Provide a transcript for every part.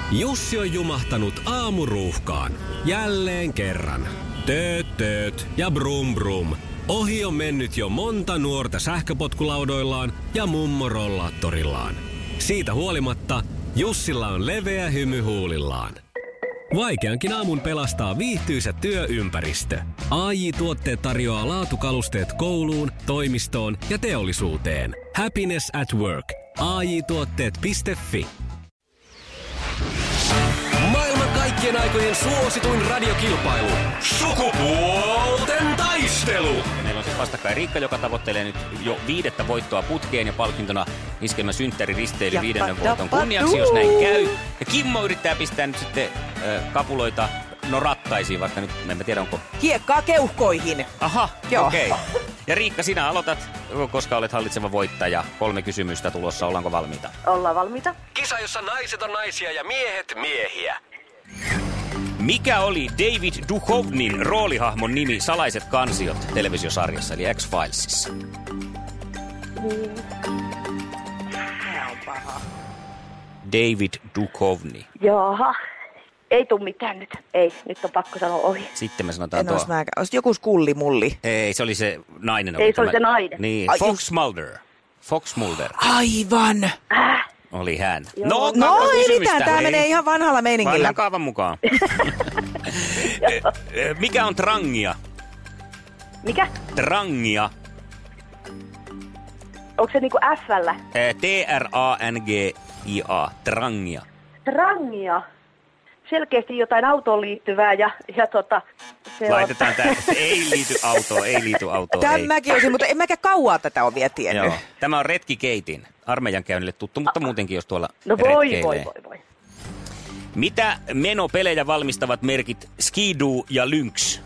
Jussi on jumahtanut aamuruuhkaan. Jälleen kerran. Tööt ja brum brum. Ohi on mennyt jo monta nuorta sähköpotkulaudoillaan ja mummorollaattorillaan. Siitä huolimatta Jussilla on leveä hymy huulillaan. Vaikeankin aamun pelastaa viihtyisä työympäristö. AJ-tuotteet tarjoaa laatukalusteet kouluun, toimistoon ja teollisuuteen. Happiness at work. AJ-tuotteet.fi. Maailman kaikkien aikojen suosituin radiokilpailu. Sukupuolten taistelu. Ja meillä on siis vastakkain Riikka, joka tavoittelee nyt jo 5. voittoa putkeen ja palkintona Iskelmän synttäriristeily 5. voiton kunniaksi, jos näin käy. Ja Kimmo yrittää pistää nyt sitten kapuloita rattaisiin, vaikka nyt en tiedä onko... Hiekkaa keuhkoihin. Aha, okei. Ja Riikka, sinä aloitat, koska olet hallitseva voittaja. 3 kysymystä tulossa, ollaanko valmiita? Ollaan valmiita. Kisa, jossa naiset on naisia ja miehet miehiä. Mikä oli David Duchovnin roolihahmon nimi Salaiset kansiot -televisiosarjassa, eli X-Filesissa? Tää on paha. David Duchovny. Jaha. Ei tuu mitään nyt. Ei, nyt on pakko sanoa ohi. Sitten me sanotaan En olisi joku skullimulli. Ei, se oli se nainen. Ei, se oli se nainen. Niin, Fox Mulder. Fox Mulder. Aivan. Oli hän. No ei mitään, tää menee ihan vanhalla meiningillä. Vanhan kaavan mukaan. Mikä on trangia? Mikä? Trangia. Onko se niinku F-llä? T-R-A-N-G-I-A. Trangia. Trangia. Selkeästi jotain autoon liittyvää ja se laitetaan tää. Ei liity autoon. Tämäkin olisi, mutta en mäkään kauaa tätä ole vielä tiennyt. Joo. Tämä on retkikeitin. Armeijan käynnille tuttu, mutta muutenkin jos tuolla No voi. Mitä menopelejä valmistavat merkit Skidoo ja Lynx?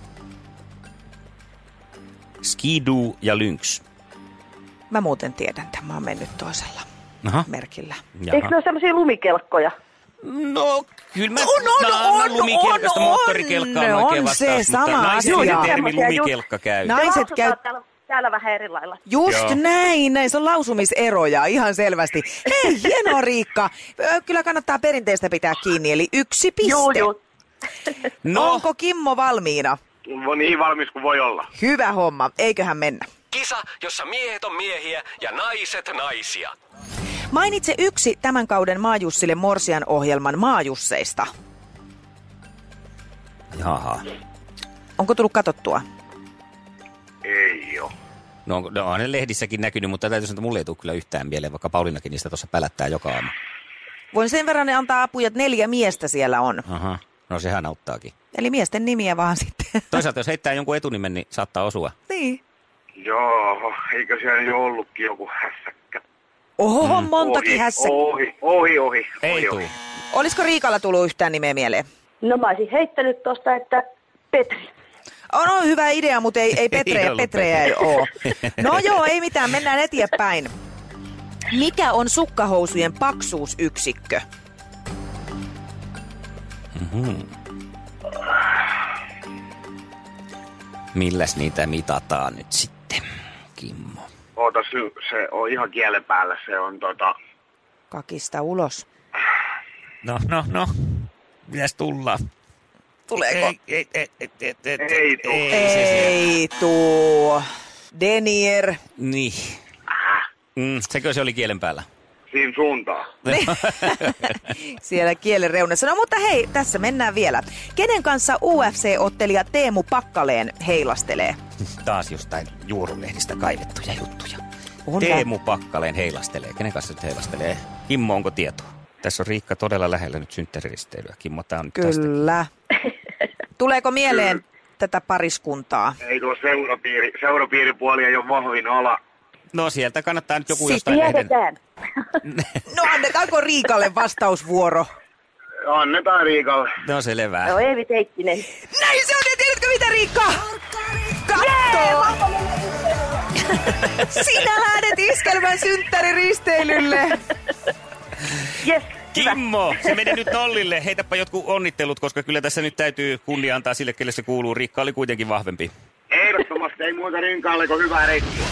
Skidoo ja Lynx. Mä muuten tiedän, että mä oon mennyt toisella merkillä. Jaha. Eikö ne ole semmosia lumikelkkoja? No, kyllä mä lumikelkasta moottorikelkkaan oikein vastaus, se sama asia. Naisen termi lumikelkka käy. Naiset käy... Täällä vähän eri lailla. Just näin, näissä on lausumiseroja ihan selvästi. Hei, hienoa Riikka. Kyllä kannattaa perinteistä pitää kiinni, eli 1 piste. Joo. No. Onko Kimmo valmiina? Niin valmis kuin voi olla. Hyvä homma, eiköhän mennä. Kisa, jossa miehet on miehiä ja naiset naisia. Mainitse 1 tämän kauden Maajussille Morsian ohjelman maajusseista. Jaha. Onko tullut katsottua? Ei oo. No on ne lehdissäkin näkynyt, mutta täytyy sanoa, että mulle ei tule kyllä yhtään mieleen, vaikka Pauliinakin niistä tuossa pälättää joka aamu. Voin sen verran antaa apuja, että 4 miestä siellä on. Aha, no sehän auttaakin. Eli miesten nimiä vaan sitten. Toisaalta jos heittää jonkun etunimen, niin saattaa osua. Niin. Joo, eikö siellä jo ollutkin joku hässäkkä? Oho, montakin hässäkkä. Ohi. Ei tuu. Olisiko Riikalla tullut yhtään nimeä mieleen? No mä olisin heittänyt tosta, että Petri. No hyvä idea, mutta ei Petreä ei ole. No joo, ei mitään, mennään eteenpäin. Mikä on sukkahousujen paksuusyksikkö? Milläs niitä mitataan nyt sitten, Kimmo? Ootas, se on ihan kielen päällä, se on Kakista ulos. No. Mitäs tullaan? Tuleeko? Ei tuu. Denier. Niin. Sekö se oli kielen päällä? Siinä suuntaan. Siellä kielen reunassa. No mutta hei, tässä mennään vielä. Kenen kanssa UFC-ottelija Teemu Pakkaleen heilastelee? Taas jostain Juurulehdistä kaivettuja juttuja. On Teemu Pakkaleen heilastelee. Kenen kanssa nyt heilastelee? Kimmo, onko tietoa? Tässä on Riikka todella lähellä nyt synttäriristeilyä. Kimmo, tää on nyt Kyllä. Tuleeko mieleen tätä pariskuntaa? Ei tuo seurapiiripuoli ei ole vahvin ala. No sieltä kannattaa nyt joku Sitten jostain tiedetään. No annetaanko Riikalle vastausvuoro? Annetaan Riikalle. No selvä. No Eevi Teikkinen. Näin se on, ja tiedätkö mitä Riikka? Katso! Sinä lähdet Iskelmän synttäriristeilylle. Yes. Kimmo, se meni nyt nollille. Heitäpä jotkut onnittelut, koska kyllä tässä nyt täytyy kunnia antaa sille, kelle se kuuluu. Riikka oli kuitenkin vahvempi. Ehdottomasti ei muuta Rinkaalle kuin hyvää reissua.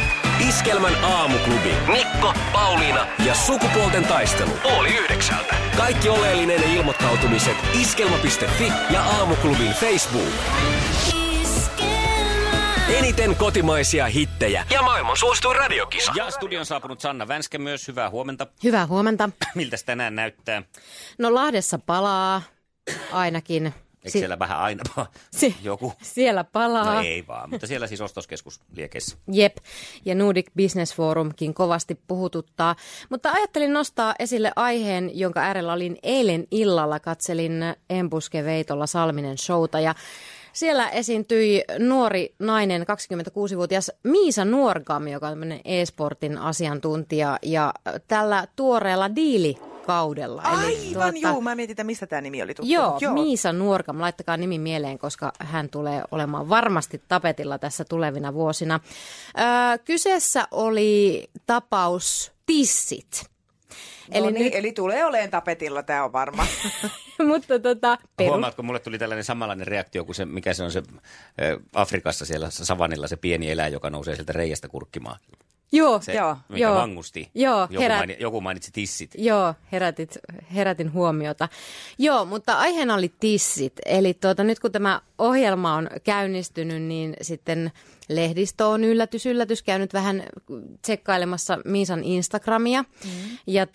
Iskelmän aamuklubi. Mikko, Pauliina ja sukupuolten taistelu. 8:30. Kaikki oleellinen ilmoittautumiset iskelma.fi ja Aamuklubin Facebook. Eniten kotimaisia hittejä ja maailman suosituin radiokisa. Ja studion saapunut Sanna Vänskä myös. Hyvää huomenta. Hyvää huomenta. Miltäs tänään näyttää? No Lahdessa palaa ainakin. Eikö siellä vähän aina joku? Siellä palaa. No ei vaan, mutta siellä siis ostoskeskus liekeissä. Jep, ja Nordic Business Forumkin kovasti puhututtaa. Mutta ajattelin nostaa esille aiheen, jonka äärellä olin eilen illalla. Katselin Embuske Veitola Salminen showta ja siellä esiintyi nuori nainen, 26-vuotias Miisa Nuorgam, joka on tämmöinen e-sportin asiantuntija ja tällä tuoreella diilikaudella. Aivan, joo. Mä mietin, mistä tämä nimi oli tuttu. Joo, Miisa Nuorgam. Laittakaa nimi mieleen, koska hän tulee olemaan varmasti tapetilla tässä tulevina vuosina. Kyseessä oli tapaus tissit. Eli tulee olemaan tapetilla, tämä on varma. Mutta Huomaatko, mulle tuli tällainen samanlainen reaktio kuin se, mikä se on se Afrikassa siellä savannilla, se pieni eläin, joka nousee sieltä reiästä kurkkimaan. Joo, mikä vangusti. Joo, joku mainitsi tissit. Joo, herätin huomiota. Joo, mutta aiheena oli tissit. Eli nyt kun tämä ohjelma on käynnistynyt, niin sitten lehdistö on yllätys käynyt vähän tsekkailemassa Miisan Instagramia. Ja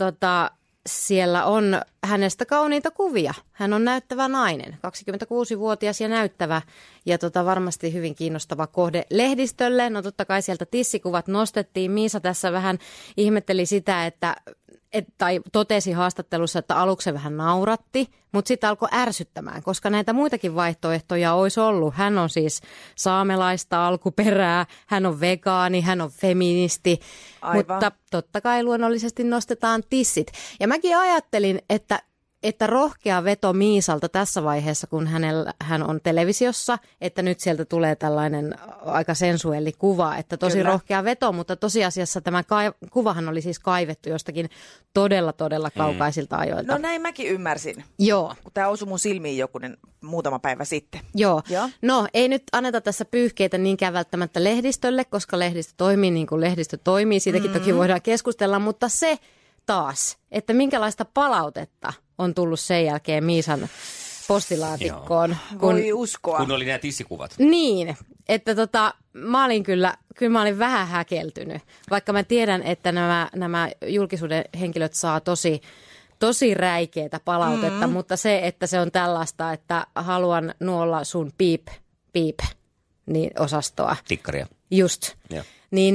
siellä on hänestä kauniita kuvia. Hän on näyttävä nainen, 26-vuotias ja näyttävä ja varmasti hyvin kiinnostava kohde lehdistölle. No totta kai sieltä tissikuvat nostettiin. Miisa tässä vähän ihmetteli sitä, tai totesi haastattelussa, että aluksi se vähän nauratti, mutta sitten alkoi ärsyttämään, koska näitä muitakin vaihtoehtoja olisi ollut. Hän on siis saamelaista alkuperää, hän on vegaani, hän on feministi, mutta totta kai luonnollisesti nostetaan tissit. Ja mäkin ajattelin, että rohkea veto Miisalta tässä vaiheessa, kun hän on televisiossa, että nyt sieltä tulee tällainen aika sensuelli kuva, että tosi Kyllä. rohkea veto, mutta tosiasiassa tämä kuvahan oli siis kaivettu jostakin todella kaukaisilta ajoilta. No näin mäkin ymmärsin. Joo. Kun tämä osui mun silmiin jokunen muutama päivä sitten. Joo. No ei nyt anneta tässä pyyhkeitä niinkään välttämättä lehdistölle, koska lehdistö toimii niin kuin lehdistö toimii. Siitäkin toki voidaan keskustella, mutta se taas, että minkälaista palautetta on tullut sen jälkeen Miisan postilaatikkoon. Voi uskoa. Kun oli nämä tissikuvat. Niin, että mä olin kyllä mä olin vähän häkeltynyt, vaikka mä tiedän, että nämä julkisuuden henkilöt saa tosi räikeätä palautetta, mutta se, että se on tällaista, että haluan nuolla sun piip niin osastoa. Tikkaria. Just. Niin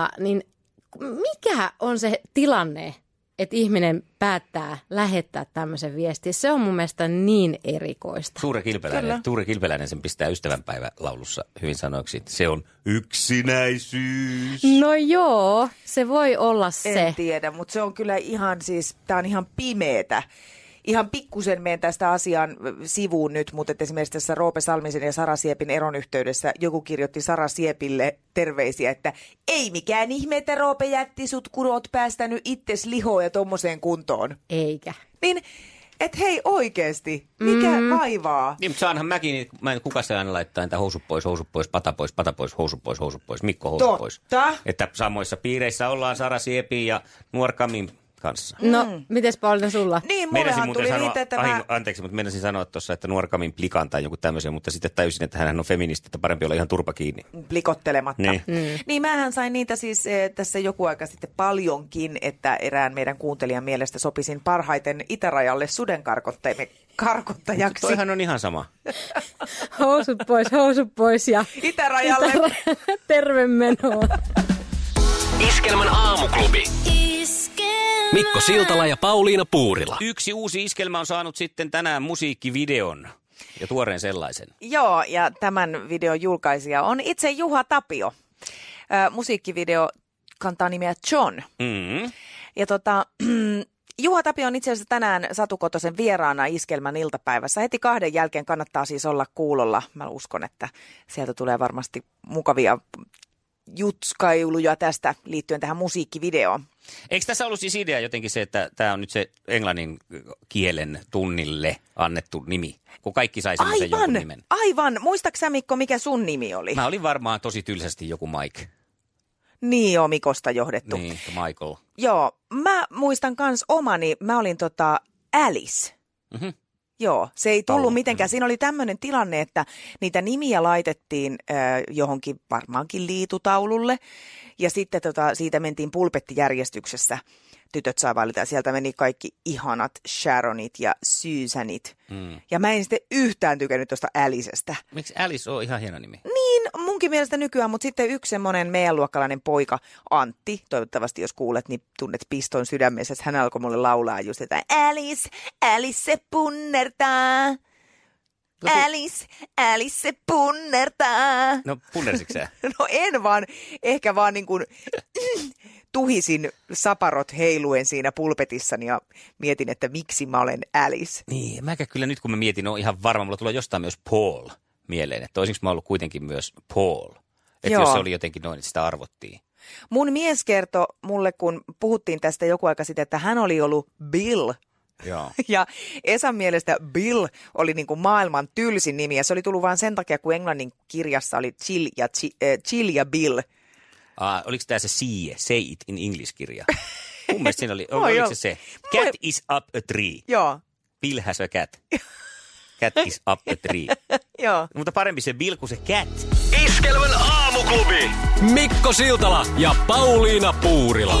mikä on se tilanne, että ihminen päättää lähettää tämmöisen viestin? Se on mun mielestä niin erikoista. Tuure Kilpeläinen sen pistää ystävänpäivälaulussa hyvin sanoiksi, että se on yksinäisyys. No joo, se voi olla se. En tiedä, mutta se on kyllä ihan tää on ihan pimeetä. Ihan pikkusen menen tästä asian sivuun nyt, mutta esimerkiksi tässä Roope Salmisen ja Sara Siepin eron yhteydessä joku kirjoitti Sara Siepille terveisiä, että ei mikään ihme, että Roope jätti sut, kun oot päästänyt itses lihoon ja tommoseen kuntoon. Eikä. Niin, et hei oikeesti, mikä vaivaa? Niin, mutta saanhan mäkin, kuka se aina laittaa niitä housut pois, pata pois, housut pois, Mikko housut pois. Että samoissa piireissä ollaan Sara Siepin ja Nuorgamin kanssa. No, mites Pauliina sulla? Niin, mullehan tuli niitä, että Anteeksi, mutta meinasin sanoa tuossa, että Nuorgamin plikan tai joku tämmöisen, mutta sitten tajusin, että hän on feministi, että parempi olla ihan turpa kiinni. Plikottelematta. Niin. Niin mähän sain niitä siis tässä joku aika sitten paljonkin, että erään meidän kuuntelijan mielestä sopisin parhaiten itärajalle suden karkottajaksi. Toihan on ihan sama. Housut pois ja itärajalle. Terve menoa. Iskelmän aamuklubi. Mikko Siltala ja Pauliina Puurila. Yksi uusi iskelmä on saanut sitten tänään musiikkivideon ja tuoreen sellaisen. Joo, ja tämän videon julkaisija on itse Juha Tapio. Musiikkivideo kantaa nimeä John. Ja Juha Tapio on itse asiassa tänään Satu Kotosen vieraana Iskelmän iltapäivässä. Heti 2 jälkeen kannattaa siis olla kuulolla. Mä uskon, että sieltä tulee varmasti mukavia jutskailuja tästä liittyen tähän musiikkivideoon. Eikö tässä ollut siis idea jotenkin se, että tämä on nyt se englannin kielen tunnille annettu nimi, kun kaikki sai semmoisen jonkun nimen? Aivan. Muistatko sä, Mikko, mikä sun nimi oli? Mä olin varmaan tosi tylsästi joku Mike. Niin joo, Mikosta johdettu. Niin, Michael. Joo, mä muistan kans omani. Mä olin Alice. Mm-hmm. Joo, se ei tullut mitenkään. Siinä oli tämmöinen tilanne, että niitä nimiä laitettiin johonkin varmaankin liitutaululle ja sitten siitä mentiin pulpettijärjestyksessä. Tytöt saa valita ja sieltä meni kaikki ihanat Sharonit ja Susanit. Ja mä en sitten yhtään tykännyt tuosta Alicestä. Miksi Alice on ihan hieno nimi? Niin, munkin mielestä nykyään, mutta sitten yksi semmoinen meidän luokkalainen poika, Antti, toivottavasti jos kuulet, niin tunnet piston sydämessä, että hän alkoi mulle laulaa just, että Alice, Alice se punnertaa. Alice se punnertaa. No punnersitko sä? No en vaan, ehkä vaan niin kuin tuhisin saparot heiluen siinä pulpetissani ja mietin, että miksi mä olen Alice. Niin, mäkä kyllä nyt kun mä mietin, on ihan varma, mulla tulee jostain myös Paul mieleen, että olisinko mä ollut kuitenkin myös Paul. Että jos se oli jotenkin noin, että sitä arvottiin. Mun mies kertoi mulle, kun puhuttiin tästä joku aika sitten, että hän oli ollut Bill. Joo. Ja Esan mielestä Bill oli niin kuin maailman tylsin nimi ja se oli tullut vain sen takia, kun englannin kirjassa oli Chill ja Bill. Oliko tämä se Say It in English-kirja? Mun mielestä siinä oli, oliko se? Cat is up a tree. Joo. Bill has a cat. Cat is up a tree. Joo. Mutta parempi se Bill kuin se cat. Iskelmän aamuklubi. Mikko Siltala ja Pauliina Puurila.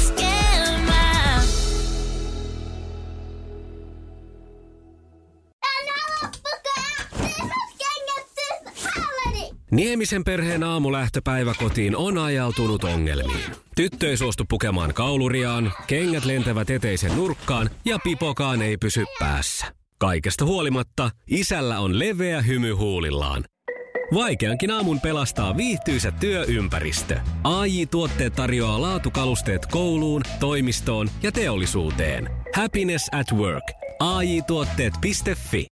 Niemisen perheen aamulähtöpäivä kotiin on ajautunut ongelmiin. Tyttö ei suostu pukemaan kauluriaan, kengät lentävät eteisen nurkkaan ja pipokaan ei pysy päässä. Kaikesta huolimatta isällä on leveä hymy huulillaan. Vaikeankin aamun pelastaa viihtyisä työympäristö. AJ-tuotteet tarjoaa laatukalusteet kouluun, toimistoon ja teollisuuteen. Happiness at work. AJ-tuotteet.fi